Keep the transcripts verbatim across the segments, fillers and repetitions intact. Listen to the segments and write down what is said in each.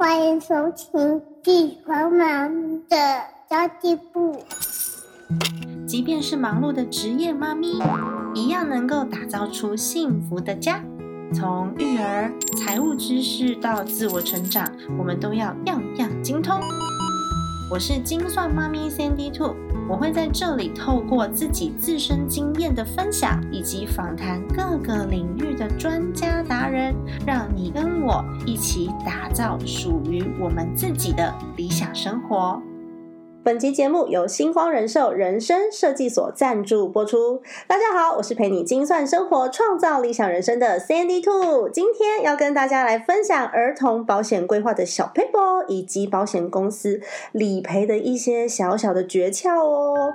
欢迎收听地球妈咪的交际部。 即便是忙碌的职业妈咪，一样能够打造出幸福的家。从育儿、财务知识到自我成长，我们都要样样精通。我是精算妈咪 Sandy Two， 我会在这里透过自己自身经验的分享，以及访谈各个领域的专家达人，让你跟我一起打造属于我们自己的理想生活。本集节目由星光人寿人生设计所赞助播出。大家好，我是陪你精算生活创造理想人生的 Sandy Two， 今天要跟大家来分享儿童保险规划的小撇步，以及保险公司理赔的一些小小的诀窍哦。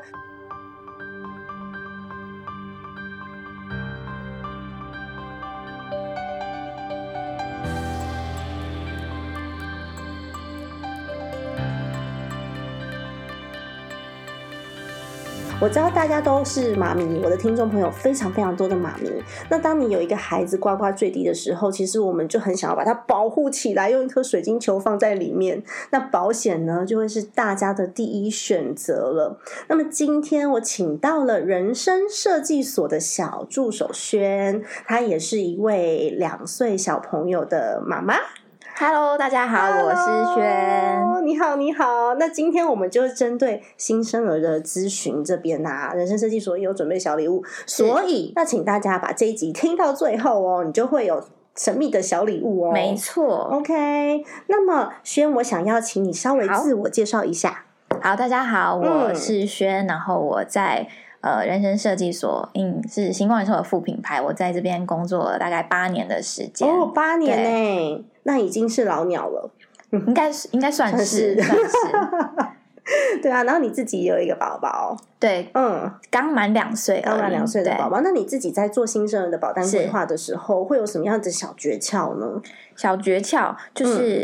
我知道大家都是妈咪，我的听众朋友非常非常多的妈咪。那当你有一个孩子呱呱坠地的时候，其实我们就很想要把它保护起来，用一颗水晶球放在里面。那保险呢，就会是大家的第一选择了。那么今天我请到了人生设计所的小助手轩，她也是一位两岁小朋友的妈妈。 Hello， 大家好， Hello， 我是轩。 你好，你好。那今天我们就针对新生儿的咨询这边啊，人生设计所也有准备小礼物，所以要请大家把这一集听到最后哦，你就会有神秘的小礼物哦。 没错 ，OK。那么轩，我想要请你稍微自我介绍一下。 好，大家好，我是轩，嗯、然后我在呃人生设计所，嗯，是星光人寿的副品牌，我在这边工作了大概八年的时间。 哦，八年呢，那已经是老鸟了。 应该是应该算是算是对啊，然后你自己也有一个宝宝， 对，嗯，刚满两岁， 刚满两岁的宝宝。那你自己在做新生儿的保单规划的时候，会有什么样的小诀窍呢？ 小诀窍就是、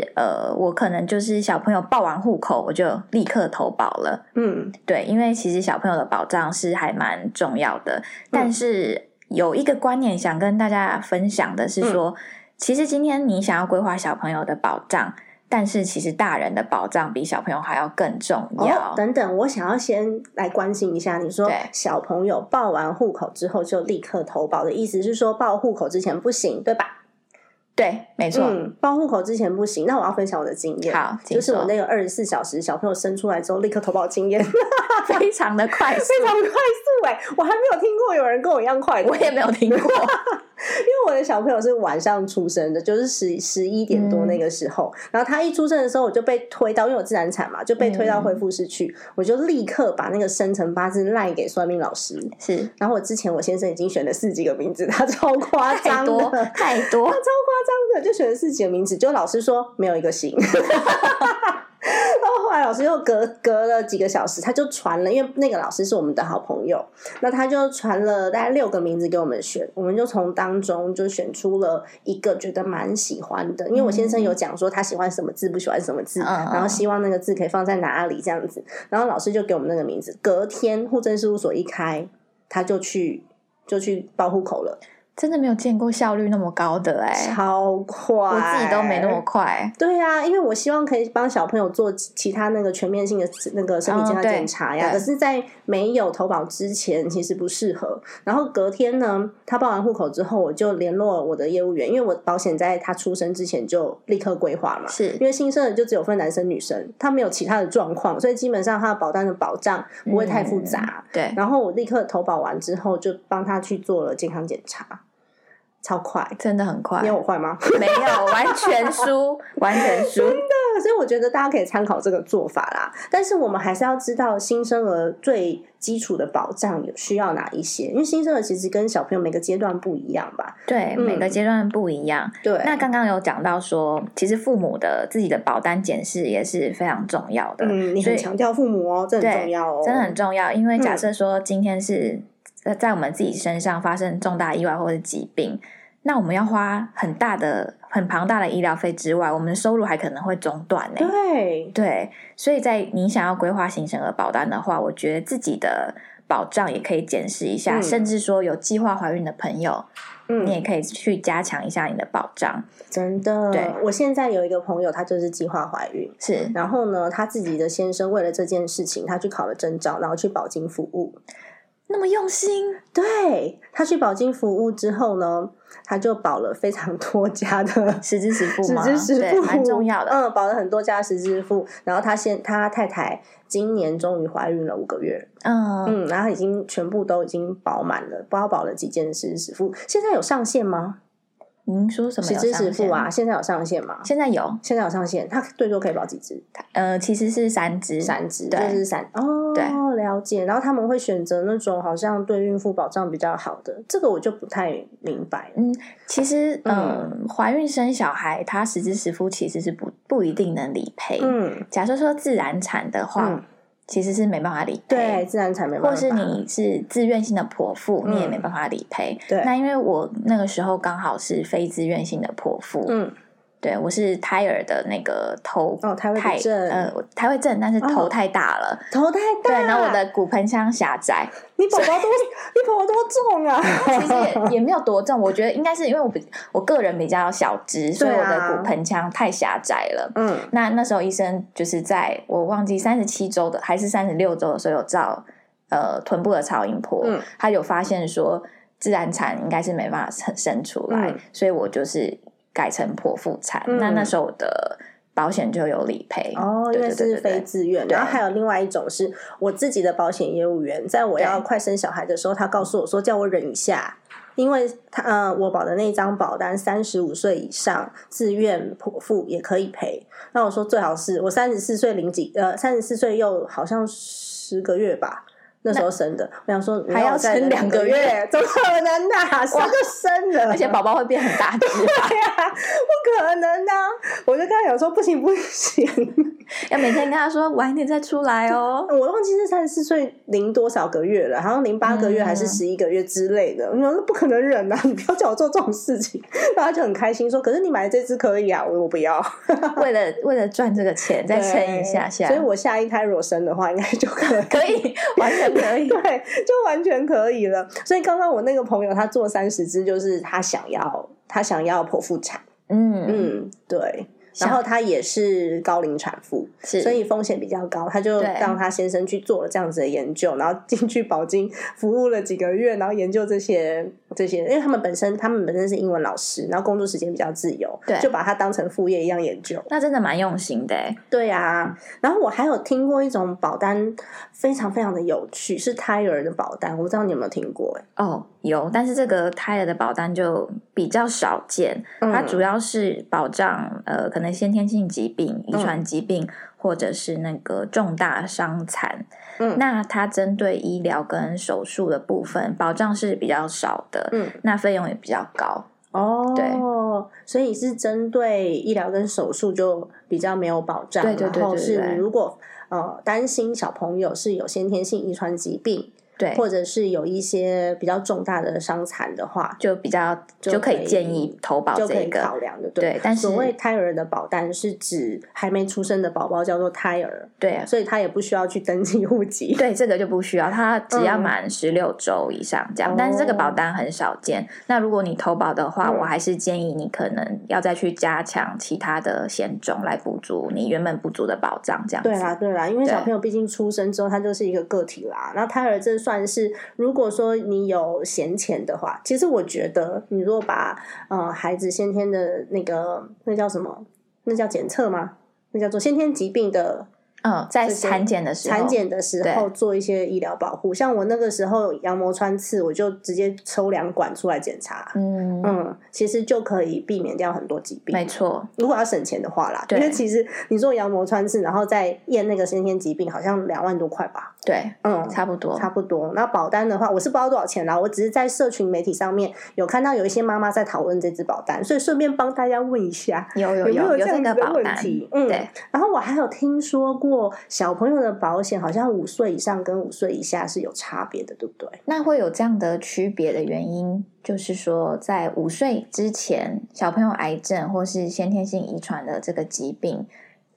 嗯、呃，我可能就是小朋友报完户口，我就立刻投保了。嗯，对，因为其实小朋友的保障是还蛮重要的，但是有一个观念想跟大家分享的是说，嗯、其实今天你想要规划小朋友的保障。但是其实大人的保障比小朋友还要更重要。 哦、等等，我想要先来关心一下，你说小朋友报完户口之后就立刻投保的意思是说报户口之前不行，对吧？ 对，没错。 嗯，报户口之前不行。那我要分享我的经验， 好， 就是我那个二十四小时小朋友生出来之后立刻投保经验， 非常的快速， 非常快速哎、欸！我还没有听过有人跟我一样快的， 我也没有听过。 因为我的小朋友是晚上出生的，就是十十一点多那个时候、嗯，然后他一出生的时候，我就被推到，因为我自然产嘛，就被推到恢复室去、嗯，我就立刻把那个生辰八字赖给算命老师。 是， 然后我之前我先生已经选了四几个名字，他超夸张的， 太多，太多， 他超夸张的，就选了四几个名字，就老师说没有一个行。然后后来老师又隔隔了几个小时，他就传了，因为那个老师是我们的好朋友，那他就传了大概六个名字给我们选，我们就从当中就选出了一个觉得蛮喜欢的，因为我先生有讲说他喜欢什么字，不喜欢什么字，嗯、然后希望那个字可以放在哪里这样子，然后老师就给我们那个名字，隔天户政事务所一开，他就去就去报户口了。 真的没有见过效率那么高的哎、欸， 超快！ 我自己都没那么快。 对啊，因为我希望可以帮小朋友做其他那个全面性的那个身体健康检查呀、哦，可是在没有投保之前其实不适合。然后隔天呢，他报完户口之后，我就联络我的业务员，因为我保险在他出生之前就立刻规划嘛， 是因为新生儿就只有分男生女生，他没有其他的状况，所以基本上他的保单的保障不会太复杂。 嗯、对， 然后我立刻投保完之后，就帮他去做了健康检查。超快， 真的很快。 你有我快吗？ 没有，完全输，完全输。 真的，所以我觉得大家可以参考这个做法啦。但是我们还是要知道新生儿最基础的保障有需要哪一些，因为新生儿其实跟小朋友每个阶段不一样吧？ 对，嗯、每个阶段不一样。 对， 那刚刚有讲到说，其实父母的自己的保单检视也是非常重要的。 嗯，你很强调父母哦，这很重要哦， 真的很重要。因为假设说今天是在我们自己身上发生重大意外或者疾病。那我们要花很大的、很庞大的医疗费之外，我们的收入还可能会中断呢。 对对，所以在你想要规划新生儿保单的话，我觉得自己的保障也可以检视一下，嗯、甚至说有计划怀孕的朋友。嗯，你也可以去加强一下你的保障。 真的，对，我现在有一个朋友，他就是计划怀孕， 是， 然后呢，他自己的先生为了这件事情，他去考了证照，然后去保经服务， 那么用心。 对，他去保经服务之后呢，他就保了非常多家的实支实付吗？ 实支实付蛮重要的。 嗯，保了很多家实支实付，然后他现他太太今年终于怀孕了五个月，嗯嗯，然后已经全部都已经保满了，不知道保了几件实支实付，现在有上线吗？ 您说什么实支实付啊？现在有上线吗？ 现在有， 现在有上线。它最多可以保几只？ 呃，其实是三只， 三只，就是三哦，对，了解。然后他们会选择那种好像对孕妇保障比较好的，这个我就不太明白。 嗯，其实嗯，怀孕生小孩，它实支实付其实是不不一定能理赔。嗯，假设说自然产的话。嗯，其实是没办法理赔， 对，自然产没办法， 或是你是自愿性的剖腹，嗯、你也没办法理赔。 对， 那因为我那个时候刚好是非自愿性的剖腹，嗯，对，我是胎儿的那个头哦，胎位症， 呃，胎位症，但是头太大了， 哦、头太大， 对，然后我的骨盆腔狭窄。 你宝宝多，你宝宝多重啊？ 其实也也没有多重，我觉得应该是因为我比我个人比较小只，所以我的骨盆腔太狭窄了。嗯，那那时候医生就是在我忘记三十七周的还是三十六周的时候有照呃臀部的超音波，嗯、他有发现说自然产应该是没办法生出来，嗯、所以我就是改成剖腹产。嗯、那那时候我的保险就有理赔哦，因为是非自愿。然后还有另外一种是我自己的保险业务员，在我要快生小孩的时候，他告诉我说叫我忍一下，因为他呃我保的那张保单三十五岁以上自愿剖腹也可以赔。那我说最好是我三十四岁零几呃三十四岁又好像十个月吧。那时候生的，我想说还要生两个月， 怎么可能的、啊？生就生了， 而且宝宝会变很大只。 对呀、啊，不可能的、啊。我就跟他讲说不行不行， 要每天跟他说晚一点再出来哦。 我忘记是三十四岁零多少个月了，好像零八个月还是十一个月之类的。我说不可能忍啊，你不要叫我做这种事情。然后他就很开心说，可是你买的这只可以啊，我我不要。 为了为了赚这个钱，再撑一下下。 所以我下一胎如果生的话，应该就可以， 可以完全。可以， 对，就完全可以了。所以刚刚我那个朋友他做三十支，就是他想要他想要剖腹产，嗯嗯，对。然后他也是高龄产妇，所以风险比较高。他就让他先生去做了这样子的研究，然后进去保经服务了几个月，然后研究这些这些，因为他们本身他们本身是英文老师，然后工作时间比较自由，对，就把它当成副业一样研究。 那真的蛮用心的耶。 对啊，然后我还有听过一种保单非常非常的有趣，是胎儿的保单，我不知道你有没有听过耶？ 哦，有，但是这个胎儿的保单就比较少见，嗯、它主要是保障呃可能先天性疾病、遗传疾病，嗯、或者是那个重大伤残。嗯，那它针对医疗跟手术的部分保障是比较少的，嗯，那费用也比较高。 哦，对，所以是针对医疗跟手术就比较没有保障， 对对对对对， 然后是你如果呃担心小朋友是有先天性遗传疾病。对，或者是有一些比较重大的伤残的话， 就比较就可, 就可以建议投保这个， 就可以考量的。对， 对，但是所谓胎儿的保单是指还没出生的宝宝叫做胎儿， 对、啊， 所以他也不需要去登记户籍。 对，这个就不需要，他只要满十六周以上这样、嗯。但是这个保单很少见。那如果你投保的话、嗯，我还是建议你可能要再去加强其他的险种来补足你原本不足的保障，这样子。 对啦，对啦，因为小朋友毕竟出生之后，他就是一个个体啦。那胎儿这算是。如果说你有闲钱的话，其实我觉得你如果把呃孩子先天的那个那叫什么，那叫检测吗？那叫做先天疾病的。 嗯，在产检的时候， 产检的时候做一些医疗保护。像我那个时候羊膜穿刺，我就直接抽两管出来检查。嗯嗯，其实就可以避免掉很多疾病。 没错， 如果要省钱的话啦，因为其实你做羊膜穿刺，然后再验那个先天疾病，好像两万多块吧。 对，嗯，差不多， 差不多。那保单的话，我是不知道多少钱啦，我只是在社群媒体上面有看到有一些妈妈在讨论这支保单，所以顺便帮大家问一下， 有有有有没有这样子的问题？ 嗯， 对。 然后我还有听说过。小朋友的保险好像五岁以上跟五岁以下是有差别的，对不对？ 那会有这样的区别的原因，就是说在五岁之前，小朋友癌症或是先天性遗传的这个疾病，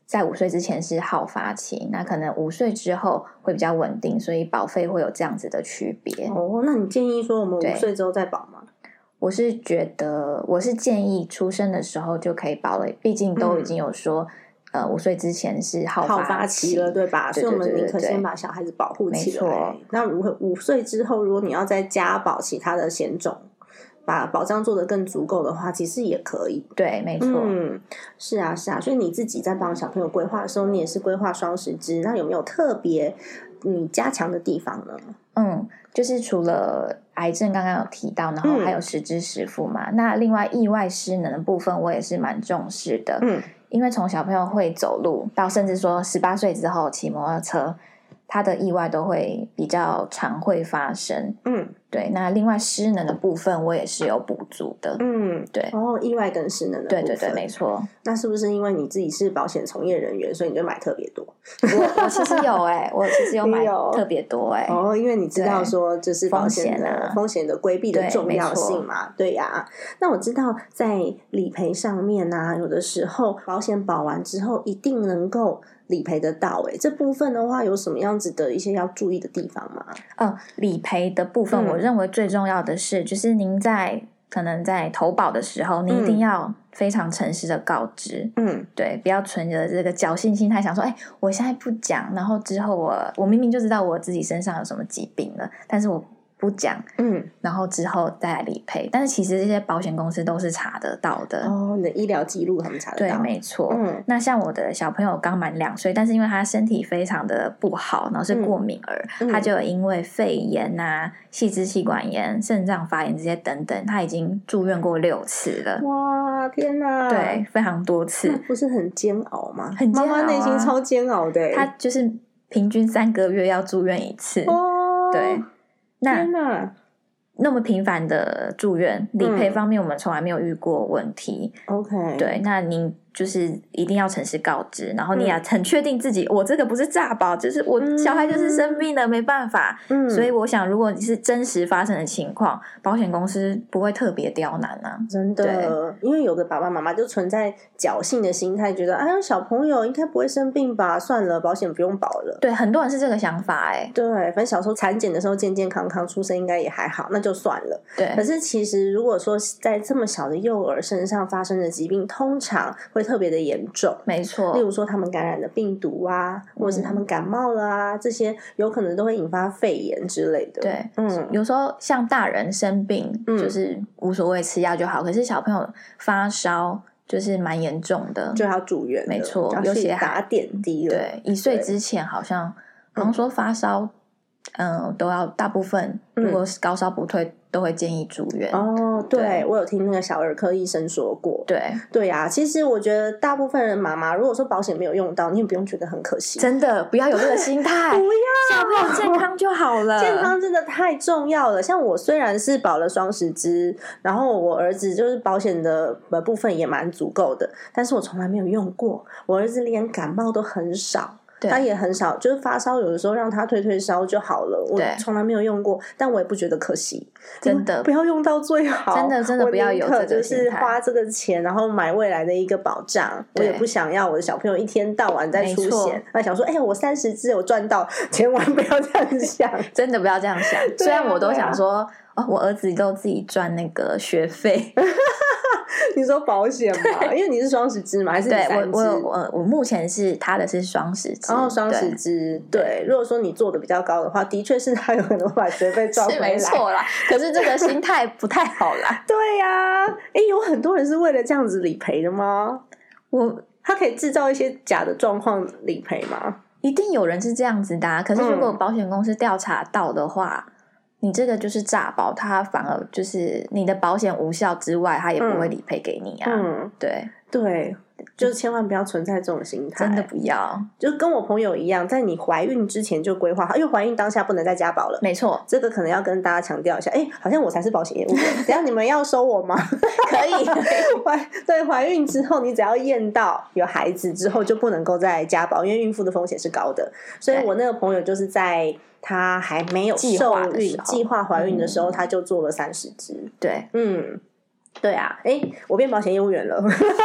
在五岁之前是好发期，那可能五岁之后会比较稳定，所以保费会有这样子的区别。 哦，那你建议说我们五岁之后再保吗？ 我是觉得，我是建议出生的时候就可以保了，毕竟都已经有说，嗯、呃，五岁之前是好发期, 好发期了，对吧？ 对对对对对， 所以我们宁可先把小孩子保护起来。 没错。 那如果五岁之后，如果你要再加保其他的险种，把保障做得更足够的话，其实也可以。 对，没错。 嗯，是啊，是啊。所以你自己在帮小朋友规划的时候，你也是规划双十支，那有没有特别你加强的地方呢？ 嗯，就是除了癌症刚刚有提到，然后还有实支实付嘛、嗯。那另外意外失能的部分，我也是蛮重视的。嗯，因为从小朋友会走路到甚至说十八岁之后骑摩托车，他的意外都会比较常会发生。嗯，对。那另外失能的部分，我也是有补足的。嗯，对。 哦，意外跟失能的部分， 对对对，没错。 那是不是因为你自己是保险从业人员，所以你就买特别多？ 我我其实有哎、欸，我其实有买特别多哎、欸。 哦，因为你知道说就是保险的风险的规避的重要性嘛，对呀、啊。那我知道在理赔上面啊，有的时候保险保完之后一定能够理赔得到哎、欸，这部分的话有什么样子的一些要注意的地方吗？ 嗯、呃，理赔的部分，我认为最重要的是，嗯、就是您在可能在投保的时候，你一定要非常诚实的告知，嗯，对，不要存着这个侥幸心态，想说，哎，我现在不讲，然后之后我我明明就知道我自己身上有什么疾病了，但是我不讲，嗯，然后之后再来理赔，但是其实这些保险公司都是查得到的哦，你的医疗记录他们查得到， 对，没错。嗯，那像我的小朋友刚满两岁，但是因为他身体非常的不好，然后是过敏儿，嗯、他就有因为肺炎啊、细支气管炎、肾脏发炎这些等等，他已经住院过六次了。 哇，天哪！ 对，非常多次， 那不是很煎熬吗？ 很煎熬、啊， 妈妈内心超煎熬的。 他就是平均三个月要住院一次。哦，对。那那么频繁的住院，理赔方面我们从来没有遇过问题。 OK，、嗯、 对，那您就是一定要诚实告知，然后你也很确定自己，嗯、我这个不是诈保，就是我小孩就是生病了，嗯、没办法。嗯，所以我想，如果你是真实发生的情况，保险公司不会特别刁难啊。 真的，因为有的爸爸妈妈就存在侥幸的心态，觉得哎呀小朋友应该不会生病吧，算了，保险不用保了。 对，很多人是这个想法哎、欸。 对，反正小时候产检的时候健健康康，出生应该也还好，那就算了。 对， 可是其实如果说在这么小的幼儿身上发生的疾病，通常会特别的严重。 没错， 例如说他们感染的病毒啊，或者是他们感冒了啊，嗯、这些有可能都会引发肺炎之类的。 对，嗯，有时候像大人生病，嗯、就是无所谓吃药就好，可是小朋友发烧就是蛮严重的， 就要住院。 没错， 有些打点滴了。 对，一岁之前好像好像说发烧。嗯，都要大部分如果高烧不退，嗯、都会建议住院。 哦，对，对我有听那个小儿科医生说过。 对， 对啊，其实我觉得大部分人妈妈，如果说保险没有用到，你也不用觉得很可惜。 真的，不要有这个心态， 不要， 小朋友健康就好了。 健康真的太重要了。像我虽然是保了双十支，然后我儿子就是保险的部分也蛮足够的，但是我从来没有用过。我儿子连感冒都很少。他也很少，就是发烧，有的时候让他退退烧就好了。我从来没有用过，但我也不觉得可惜， 真的不要用到最好， 真的真的不要有这个心态， 就是花这个钱，然后买未来的一个保障。我也不想要我的小朋友一天到晚在出险，那想说，哎、欸，我三十支有赚到，千万不要这样想， 真的不要这样想。虽然我都想说，哦，我儿子都自己赚那个学费。 你说保险吗？因为你是双十支嘛，还是你三支？ 对，我我我目前是他的是双十支， 哦，双十支。对，对，如果说你做的比较高的话，的确是他有可能把学费赚回来， 是没错啦。可是这个心态不太好啦。 对呀、啊，哎，有很多人是为了这样子理赔的吗？我他可以制造一些假的状况理赔吗？ 一定有人是这样子的、啊。可是如果保险公司调查到的话。嗯，你这个就是诈保，它反而就是你的保险无效之外，它也不会理赔给你啊。嗯，对对，就是千万不要存在这种心态， 真的不要。 就跟我朋友一样，在你怀孕之前就规划好，因为怀孕当下不能再加保了。 没错， 这个可能要跟大家强调一下。哎，好像我才是保险业务员，等一下你们要收我吗？ 可以。 怀对怀孕之后，你只要验到有孩子之后，就不能够再加保，因为孕妇的风险是高的。所以我那个朋友就是在。他还没有受孕计划怀孕的时候、嗯、他就做了三十支。 对， 嗯，对啊，哎，我变保险业务员了。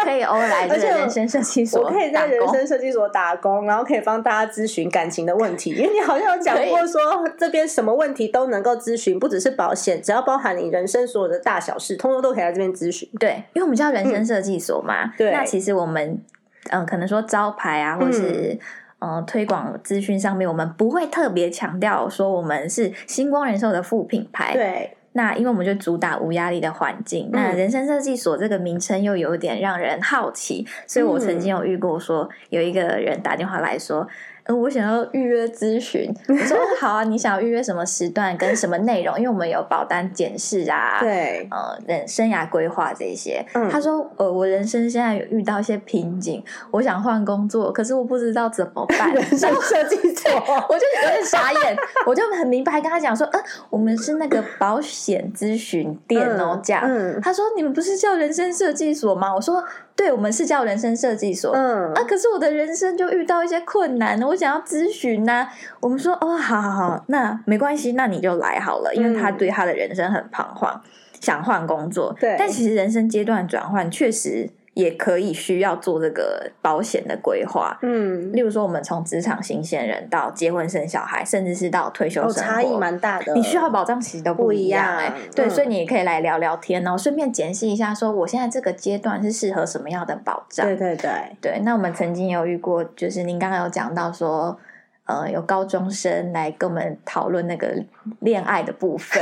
可以偶尔来这个人生设计所， 我可以在人生设计所打工，然后可以帮大家咨询感情的问题，因为你好像有讲过说这边什么问题都能够咨询，不只是保险，只要包含你人生所有的大小事，通通都可以来这边咨询。 对，因为我们叫人生设计所嘛，嗯、对，那其实我们嗯、呃，可能说招牌啊，或是、嗯、呃推广资讯上面，我们不会特别强调说我们是星光人寿的副品牌， 对。 那因为我们就主打无压力的环境、嗯、那人生设计所这个名称又有点让人好奇，所以我曾经有遇过说有一个人打电话来说嗯，我想要预约咨询。我说好啊，你想要预约什么时段跟什么内容？因为我们有保单检视啊， 对， 呃，人生涯规划这些。 嗯、 他说，呃，我人生现在有遇到一些瓶颈，我想换工作，可是我不知道怎么办。 人生设计所， 我就有点傻眼，我就很明白跟他讲说，呃，我们是那个保险咨询店哦，嗯、这样。嗯、他说你们不是叫人生设计所吗？我说。对，我们是叫人生设计所，嗯啊，可是我的人生就遇到一些困难，我想要咨询呐。我们说哦，好好好，那没关系，那你就来好了，因为他对他的人生很彷徨，嗯、想换工作， 对， 但其实人生阶段转换确实也可以需要做这个保险的规划，嗯，例如说我们从职场新鲜人到结婚生小孩，甚至是到退休生活， 哦、差异蛮大的， 你需要保障其实都不一样哎、欸，对，嗯、所以你也可以来聊聊天哦，顺便检视一下，说我现在这个阶段是适合什么样的保障？ 对对对对。那我们曾经有遇过，就是您刚刚有讲到说，呃，有高中生来跟我们讨论那个恋爱的部分。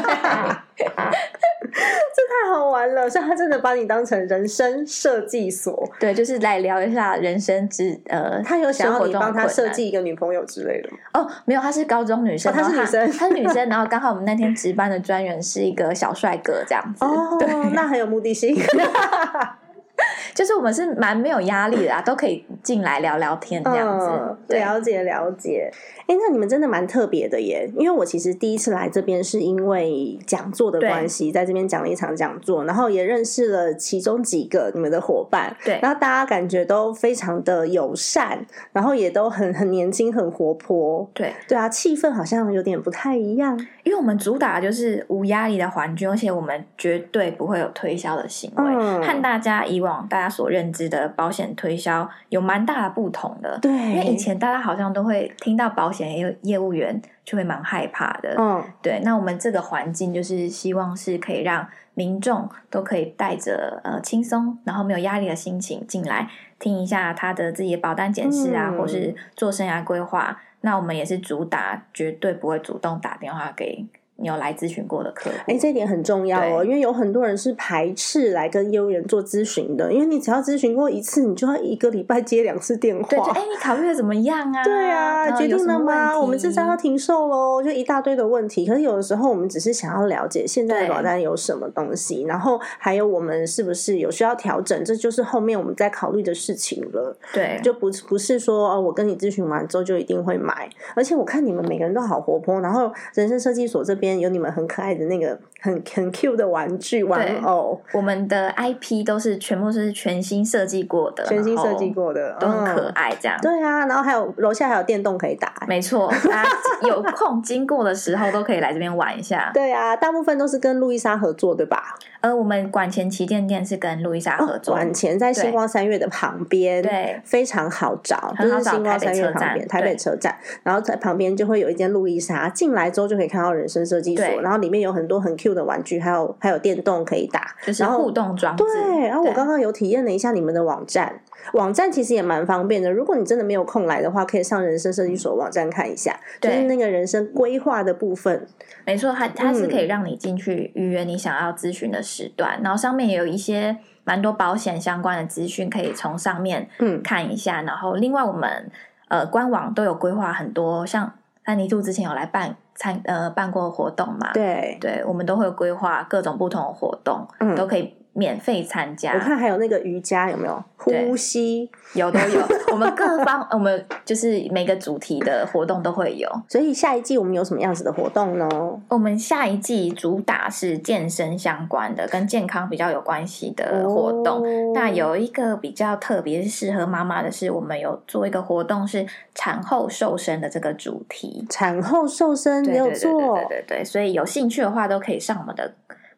这太好玩了，所以他真的把你当成人生设计所， 对，就是来聊一下人生之呃， 他有想要你帮他设计一个女朋友之类的吗？ 哦，没有，她是高中女生， 哦、她是女生， 她是女生，然后刚好我们那天值班的专员是一个小帅哥，这样子， 哦，对，那很有目的性。 就是我们是蛮没有压力的啊，都可以进来聊聊天这样子。 嗯、了解了解。哎，那你们真的蛮特别的耶！因为我其实第一次来这边是因为讲座的关系，在这边讲了一场讲座，然后也认识了其中几个你们的伙伴。 对， 然后大家感觉都非常的友善，然后也都很很年轻、很活泼。 对， 对啊，气氛好像有点不太一样。 因为我们主打就是无压力的环境，而且我们绝对不会有推销的行为，嗯、和大家以往大家所认知的保险推销有蛮大的不同的。 对， 因为以前大家好像都会听到保险业业务员就会蛮害怕的。 嗯， 对。那我们这个环境就是希望是可以让民众都可以带着呃轻松，然后没有压力的心情进来听一下他的自己的保单检视啊，嗯、或是做生涯规划。那我们也是主打绝对不会主动打电话给你有来咨询过的客户。 哎，这一点很重要哦，因为有很多人是排斥来跟业务员做咨询的，因为你只要咨询过一次，你就要一个礼拜接两次电话。 对，就哎，你考虑的怎么样啊？ 对啊，决定了吗？我们这张要停售咯，就一大堆的问题。可是有的时候我们只是想要了解现在的保单有什么东西，然后还有我们是不是有需要调整，这就是后面我们在考虑的事情了。 对， 就不不是说哦，我跟你咨询完之后就一定会买。而且我看你们每个人都好活泼，然后人生设计所这边有你们很可爱的那个很很 cute 的玩具玩偶， 我们的 I P 都是全部是全新设计过的， 全新设计过的， 都很可爱这样。 嗯、对啊，然后还有楼下还有电动可以打， 没错，大家有空经过的时候都可以来这边玩一下。 对啊，大部分都是跟路易莎合作，对吧？ 呃，我们馆前旗舰店是跟路易莎合作， 馆、哦、前在星光三月的旁边， 对， 非常好找，就是星光三月旁边，台北车站，然后在旁边就会有一间路易莎，进来之后就可以看到人生设计所，然后里面有很多很 Q 的玩具，还有还有电动可以打， 就是互动装置。 对，然后我刚刚有体验了一下你们的网站，网站其实也蛮方便的。如果你真的没有空来的话，可以上人生设计所网站看一下，就是那个人生规划的部分。 没错，它它是可以让你进去预约你想要咨询的时段，嗯、然后上面也有一些蛮多保险相关的资讯，可以从上面看一下。嗯、然后另外我们呃官网都有规划很多，像安妮兔之前有来办参呃办过活动嘛， 对对，我们都会规划各种不同的活动，嗯、都可以免费参加。 我看还有那个瑜伽有没有？呼吸有都有，我们各方我们就是每个主题的活动都会有。 所以下一季我们有什么样子的活动呢？ 我们下一季主打是健身相关的，跟健康比较有关系的活动。哦、那有一个比较特别适合妈妈的是，我们有做一个活动是产后瘦身的这个主题。 产后瘦身你有做？ 对对对对对对，所以有兴趣的话都可以上我们的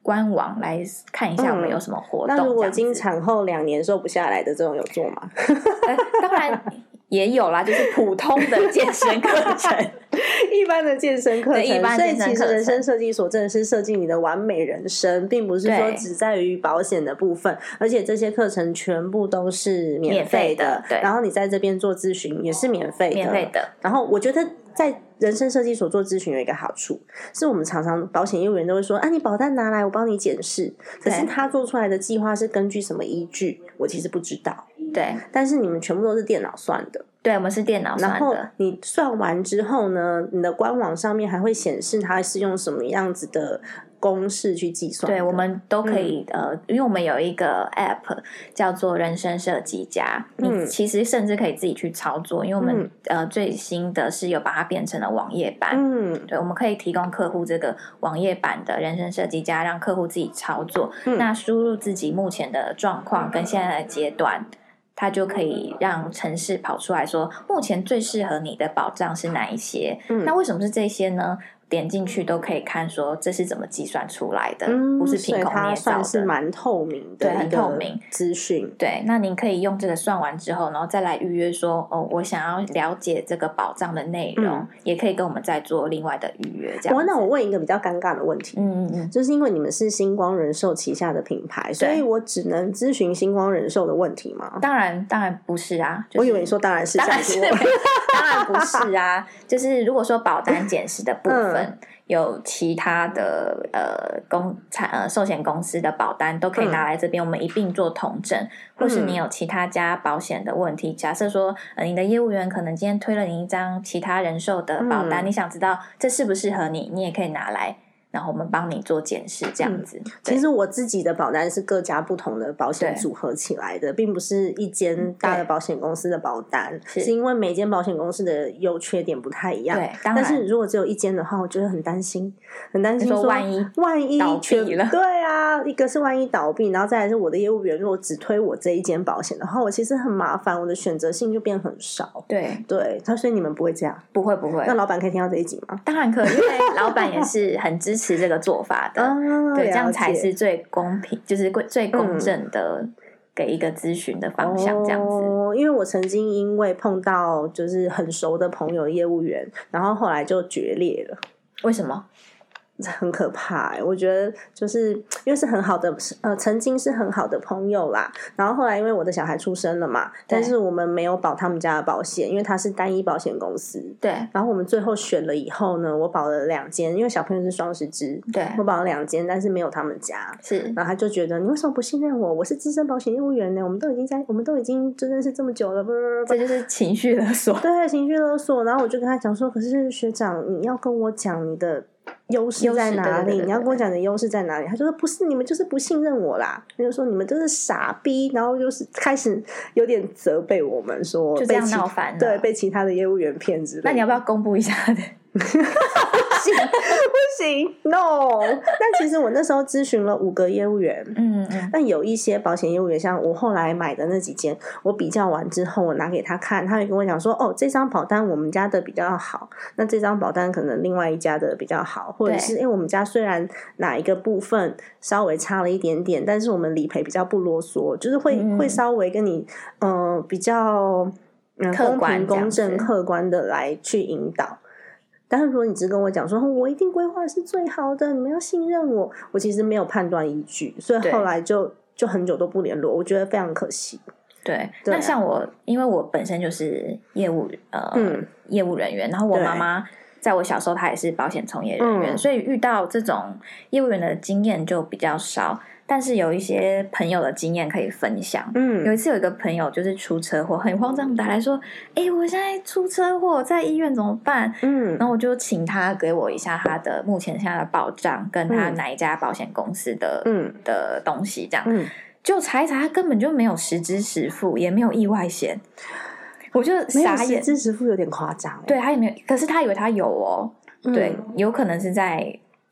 官网来看一下我们有什么活动、嗯、 那如果经产后两年瘦不下来的这种有做吗？ 呃、当然也有啦，就是普通的健身课程一般的健身课程， 一般健身课程。 所以其实人生设计所真的是设计你的完美人生，并不是说只在于保险的部分，而且这些课程全部都是免费的， 对， 然后你在这边做咨询也是免费的， 免费的。 然后我觉得在人生设计所做咨询有一个好处，是我们常常保险业务员都会说啊，你保单拿来我帮你检视，可是他做出来的计划是根据什么依据我其实不知道， 对， 但是你们全部都是电脑算的， 对，我们是电脑算的。 然后你算完之后呢，你的官网上面还会显示它是用什么样子的公式去计算的。 对，我们都可以、嗯、呃，因为我们有一个 app 叫做人生设计家、嗯、你其实甚至可以自己去操作，因为我们、嗯、呃最新的是有把它变成了网页版。嗯，对，我们可以提供客户这个网页版的人生设计家，让客户自己操作、嗯、那输入自己目前的状况跟现在的阶段，它就可以让程式跑出来说目前最适合你的保障是哪一些、嗯、那为什么是这些呢？点进去都可以看说这是怎么计算出来的、嗯、不是凭空捏造的， 所以它算是蛮透明的， 对，很透明资讯。 对，那您可以用这个算完之后，然后再来预约说哦，我想要了解这个保障的内容、嗯、也可以跟我们再做另外的预约这样子。 那我问一个比较尴尬的问题，嗯嗯嗯，就是因为你们是星光人寿旗下的品牌，所以我只能咨询星光人寿的问题吗？ 当然当然不是啊、就是、 我以为你说当然是， 当然是当然不是啊就是如果说保单检视的部分、嗯有其他的呃公产呃寿险公司的保单都可以拿来这边、嗯、我们一并做统整，或是你有其他家保险的问题、嗯、假设说呃你的业务员可能今天推了你一张其他人寿的保单、嗯、你想知道这适不适合你，你也可以拿来，然后我们帮你做检视这样子、嗯、 其实我自己的保单是各家不同的保险组合起来的，并不是一间大的保险公司的保单，是, 是因为每间保险公司的优缺点不太一样， 对，当然但是如果只有一间的话，我觉得很担心很担心说万一万一倒闭了， 对啊，一个是万一倒闭，然后再来是我的业务员如果只推我这一间保险的话，我其实很麻烦，我的选择性就变很少。 对对，所以你们不会这样？ 不会不会。 那老板可以听到这一集吗？ 当然可以，因为老板也是很支持这个做法的、哦、对，这样才是最公平，就是最公正的给一个咨询的方向这样子、 哦、因为我曾经因为碰到就是很熟的朋友业务员，然后后来就决裂了。 为什么？ 很可怕、欸、我觉得就是因为是很好的呃，曾经是很好的朋友啦，然后后来因为我的小孩出生了嘛，但是我们没有保他们家的保险，因为它是单一保险公司， 对， 然后我们最后选了以后呢，我保了两间，因为小朋友是双十支， 对， 我保了两间，但是没有他们家， 是， 然后他就觉得你为什么不信任我，我是资深保险业务员呢，我们都已经在我们都已经真的是这么久了， 这就是情绪勒索， 对，情绪勒索。然后我就跟他讲说，可是学长你要跟我讲你的优势在哪里？你要跟我讲你的优势在哪里？他就说不是，你们就是不信任我啦。他就说你们就是傻逼，然后就是开始有点责备我们说， 就这样闹翻了， 对，被其他的业务员骗之类的。 那你要不要公布一下的？ 不行不行 no 但其实我那时候咨询了五个业务员，嗯嗯，但有一些保险业务员，像我后来买的那几间，我比较完之后我拿给他看，他会跟我讲说，哦，这张保单我们家的比较好，那这张保单可能另外一家的比较好，或者是因为我们家虽然哪一个部分稍微差了一点点，但是我们理赔比较不啰嗦，就是会、嗯、会稍微跟你呃比较、嗯、公平公正客观的来去引导。但是如果你只跟我讲说我一定规划是最好的，你们要信任我，我其实没有判断依据，所以后来就就很久都不联络，我觉得非常可惜。 对，对啊，那像我因为我本身就是业务呃、嗯、业务人员，然后我妈妈在我小时候她也是保险从业人员、嗯、所以遇到这种业务员的经验就比较少，但是有一些朋友的经验可以分享。嗯，有一次有一个朋友就是出车祸，很慌张打来说，哎、欸，我现在出车祸在医院怎么办？嗯，然后我就请他给我一下他的目前现在的保障跟他哪一家保险公司的嗯的东西这样。嗯，就查一查，他根本就没有实支实付，也没有意外险。我就傻眼， 实支实付有点夸张。 对，他也没有，可是他以为他有哦。嗯、对，有可能是在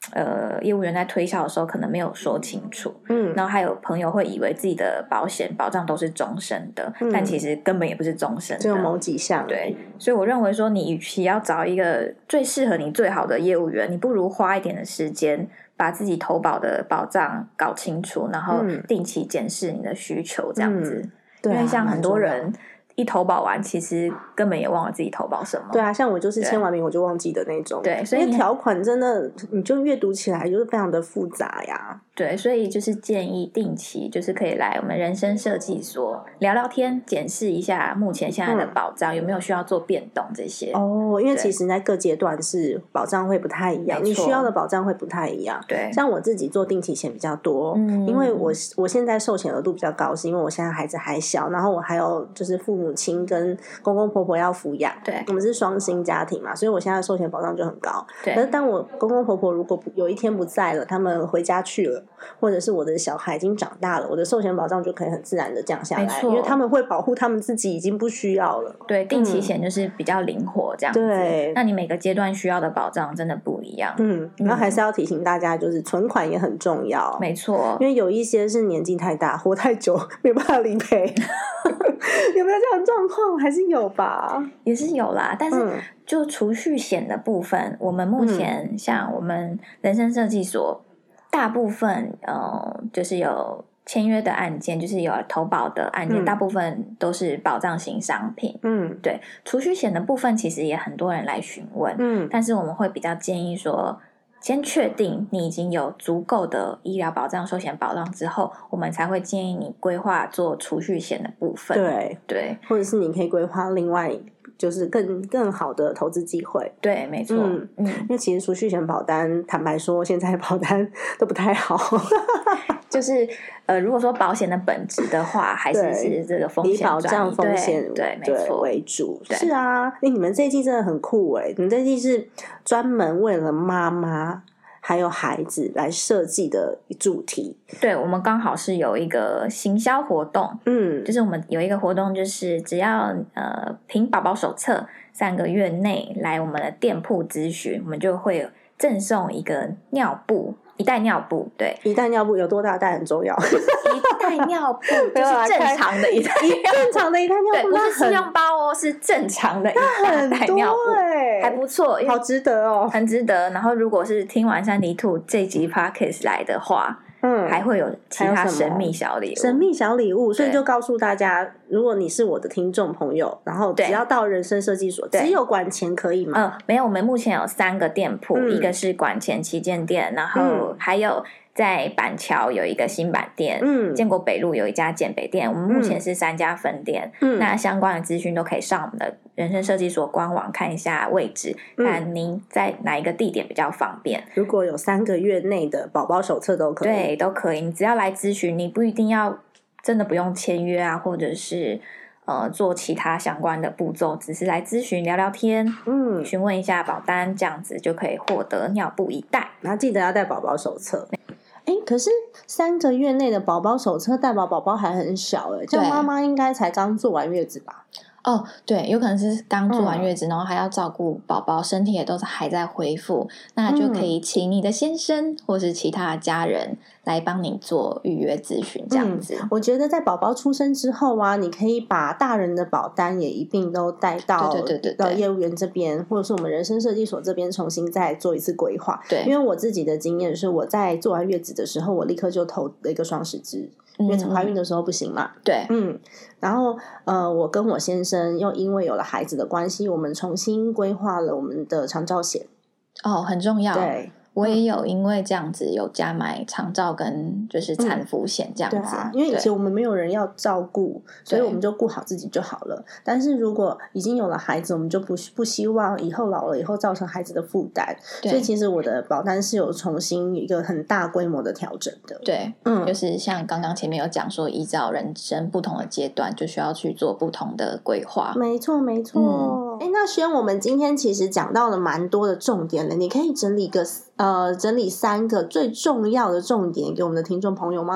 呃，业务员在推销的时候可能没有说清楚，嗯，然后还有朋友会以为自己的保险保障都是终身的，嗯，但其实根本也不是终身的， 只有某几项。 对，所以我认为说，你与其要找一个最适合你最好的业务员，你不如花一点的时间把自己投保的保障搞清楚，然后定期检视你的需求，这样子。嗯对啊，因为像很多人一投保完，其实根本也忘了自己投保什么。 对啊，像我就是签完名我就忘记的那种。 对，所以条款真的，你就阅读起来就是非常的复杂呀。 对，所以就是建议定期就是可以来我们人生设计所聊聊天，检视一下目前现在的保障、嗯、有没有需要做变动这些。 哦，因为其实在各阶段是保障会不太一样，你需要的保障会不太一样。 对， 像我自己做定期险比较多，嗯，因为我我现在寿险额度比较高，是因为我现在孩子还小，然后我还有就是父母亲跟公公婆婆要抚养， 对， 我们是双薪家庭嘛，所以我现在寿险保障就很高。 对， 可是当我公公婆婆如果有一天不在了，他们回家去了，或者是我的小孩已经长大了，我的寿险保障就可以很自然的降下来，因为他们会保护他们自己，已经不需要了。 对，定期险就是比较灵活这样子。 对， 那你每个阶段需要的保障真的不一样。 嗯，然后还是要提醒大家，就是存款也很重要。 没错， 因为有一些是年纪太大，活太久没办法理赔。有没有这种状况？还是有吧？ 也是有啦，但是就储蓄险的部分，嗯、我们目前像我们人生设计所。大部分呃，就是有签约的案件，就是有投保的案件，嗯、大部分都是保障型商品。嗯，对，储蓄险的部分其实也很多人来询问，嗯，但是我们会比较建议说，先确定你已经有足够的医疗保障、寿险保障之后，我们才会建议你规划做储蓄险的部分。 对对，或者是你可以规划另外。就是更更好的投资机会。 对，没错。嗯嗯，因为其实储蓄险保单，坦白说，现在保单都不太好。 就是呃，如果说保险的本质的话，还是是这个风险以保障风险对没错为主。是啊，哎，你们这一季真的很酷哎！你们这一季是专门为了妈妈。还有孩子来设计的主题。 对，我们刚好是有一个行销活动，嗯，就是我们有一个活动，就是只要呃凭宝宝手册三个月内来我们的店铺咨询，我们就会赠送一个尿布。一袋尿布，对， 一袋尿布有多大袋很重要。 一袋尿布就是正常的一袋尿布， 正常的一袋尿布， 不是试用包哦，是正常的一大袋尿布， 欸、 还不错， 好值得哦， 很值得。然后，如果是听完三迪兔这集 Podcast 来的话。嗯，还会有其他神秘小礼物， 神秘小礼物，所以就告诉大家，如果你是我的听众朋友，然后只要到人生设计所，只有馆前可以吗？ 嗯，没有，我们目前有三个店铺，嗯、一个是馆前旗舰店，然后还有在板桥有一个新板店，嗯，建国北路有一家建北店，我们目前是三家分店，嗯，那相关的资讯都可以上我们的人生设计所官网看一下位置，看您在哪一个地点比较方便。 如果有三个月内的宝宝手册都可以， 对，都可以。你只要来咨询，你不一定要真的不用签约啊，或者是呃做其他相关的步骤，只是来咨询聊聊天，嗯，询问一下保单，这样子就可以获得尿布一袋。 然后记得要带宝宝手册。哎，可是三个月内的宝宝手册带宝宝宝还很小哎，这样妈妈应该才刚坐完月子吧？ 哦，对，有可能是刚做完月子，嗯、然后还要照顾宝宝，身体也都是还在恢复，那就可以请你的先生或是其他的家人来帮你做预约咨询，这样子、 嗯。我觉得在宝宝出生之后啊，你可以把大人的保单也一并都带到对对对对到业务员这边，或者是我们人生设计所这边重新再做一次规划。 对， 因为我自己的经验是，我在做完月子的时候，我立刻就投了一个双十支。因为怀孕的时候不行嘛， 对， 嗯，然后呃，我跟我先生又因为有了孩子的关系，我们重新规划了我们的长照险。 哦，很重要， 对。 我也有因为这样子有加买长照跟就是产妇险这样子、嗯对啊、因为以前我们没有人要照顾，所以我们就顾好自己就好了。但是如果已经有了孩子，我们就不不希望以后老了以后造成孩子的负担，所以其实我的保单是有重新一个很大规模的调整的。 对，嗯，就是像刚刚前面有讲说，依照人生不同的阶段，就需要去做不同的规划。 没错，没错。哎、嗯，那轩，我们今天其实讲到了蛮多的重点了，你可以整理个。呃，整理三个最重要的重点给我们的听众朋友吗？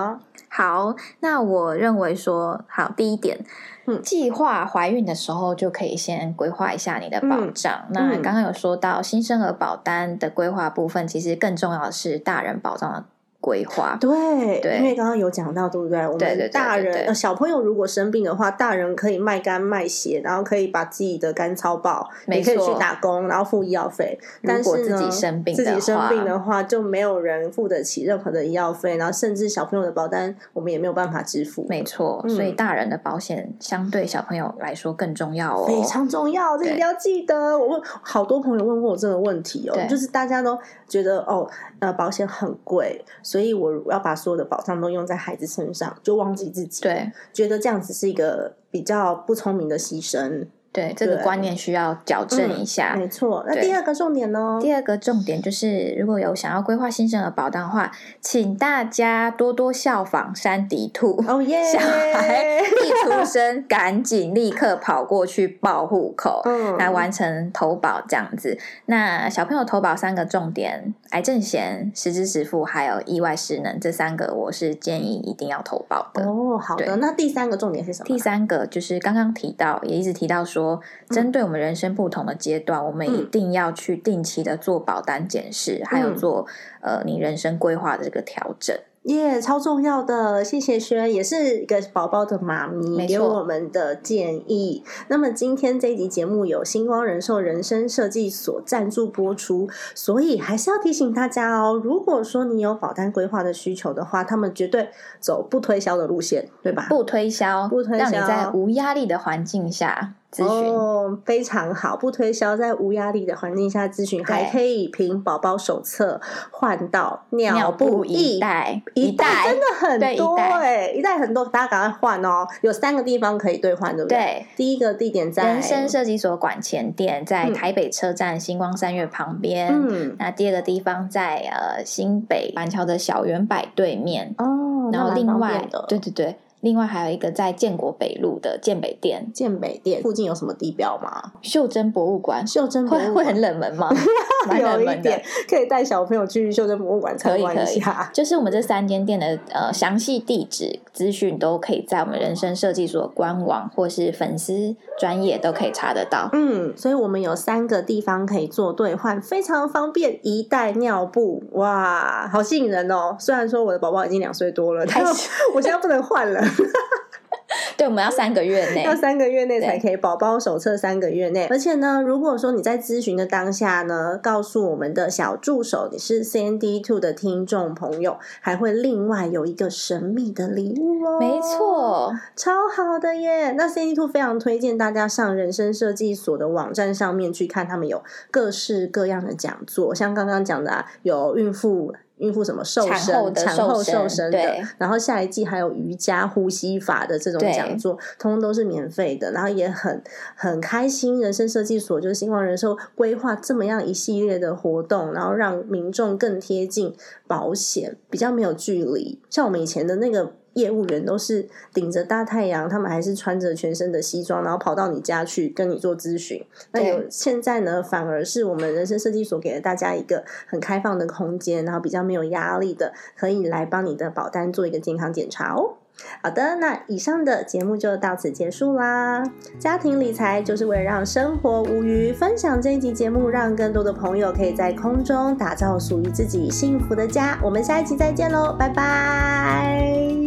好，那我认为说，好，第一点，嗯，计划怀孕的时候就可以先规划一下你的保障。嗯、那刚刚有说到新生儿保单的规划部分，其实更重要的是大人保障的规划。 对， 对， 因为刚刚有讲到，对不对？我们大人呃小朋友如果生病的话，大人可以卖肝卖血，然后可以把自己的肝操爆，也可以去打工，然后付医药费。但是呢，自己生病的话， 自己生病的话，就没有人付得起任何的医药费，然后甚至小朋友的保单，我们也没有办法支付。 没错，嗯、所以大人的保险相对小朋友来说更重要哦， 非常重要，这一定要记得。我问好多朋友问过我这个问题哦，就是大家都觉得哦，呃，保险很贵，所以我要把所有的保障都用在孩子身上，就忘记自己， 对， 觉得这样子是一个比较不聪明的牺牲。 对，这个观念需要矫正一下。 嗯、没错。那第二个重点呢？ 第二个重点就是，如果有想要规划新生儿保单的话，请大家多多效仿山迪兔。 哦耶！ 小孩一出生，赶紧立刻跑过去报户口，嗯，来完成投保这样子。那小朋友投保三个重点：癌症险、实支实付，还有意外失能，这三个我是建议一定要投保的。 哦，好的。那第三个重点是什么？ 第三个就是刚刚提到，也一直提到说。针对我们人生不同的阶段、嗯、我们一定要去定期的做保单检视、嗯、还有做呃你人生规划的这个调整。 耶、yeah, 超重要的，谢谢轩，也是一个宝宝的妈咪给我们的建议。那么今天这一集节目有星光人寿人生设计所赞助播出，所以还是要提醒大家哦，如果说你有保单规划的需求的话，他们绝对走不推销的路线，对吧？ 不推销， 不推销， 让你在无压力的环境下咨询。 哦，非常好，不推销，在无压力的环境下咨询，还可以凭宝宝手册换到尿布一袋。一袋真的很多哎、欸，一袋很多，大家赶快换哦！有三个地方可以兑换，对不对？ 对， 第一个地点在人生设计所馆前店，在台北车站星光三月旁边。嗯，那第二个地方在呃新北板桥的小圆柏对面哦， 然后另外对对对。另外还有一个在建国北路的建北店， 建北店附近有什么地标吗？ 袖珍博物馆， 袖珍博物馆会, 会很冷门吗？蛮冷门的， 可以带小朋友去袖珍博物馆参观一下。 就是我们这三间店的呃详细地址资讯都可以在我们人生设计所官网或是粉丝专页都可以查得到。 嗯，所以我们有三个地方可以做兑换，非常方便。一袋尿布，哇，好吸引人哦！虽然说我的宝宝已经两岁多了，但是我现在不能换了。 对，我们要三个月内， 要三个月内才可以，宝宝手册三个月内。而且呢，如果说你在咨询的当下呢，告诉我们的小助手你是 C N D 二 的听众朋友，还会另外有一个神秘的礼物哦。 没错， 超好的耶！那 C N D 二 非常推荐大家上人生设计所的网站上面去看，他们有各式各样的讲座，像刚刚讲的、啊、有孕妇。孕妇什么瘦身、 产后的产后瘦身的， 对， 然后下一季还有瑜伽、呼吸法的这种讲座，通通都是免费的，然后也很很开心。人生设计所就是星光人寿规划这么样一系列的活动，然后让民众更贴近保险，比较没有距离。像我们以前的那个业务员都是顶着大太阳，他们还是穿着全身的西装，然后跑到你家去跟你做咨询。那有现在呢，反而是我们人生设计所给了大家一个很开放的空间，然后比较没有压力的，可以来帮你的保单做一个健康检查哦。好的，那以上的节目就到此结束啦。家庭理财就是为了让生活无虞，分享这一集节目，让更多的朋友可以在空中打造属于自己幸福的家。我们下一期再见喽，拜拜。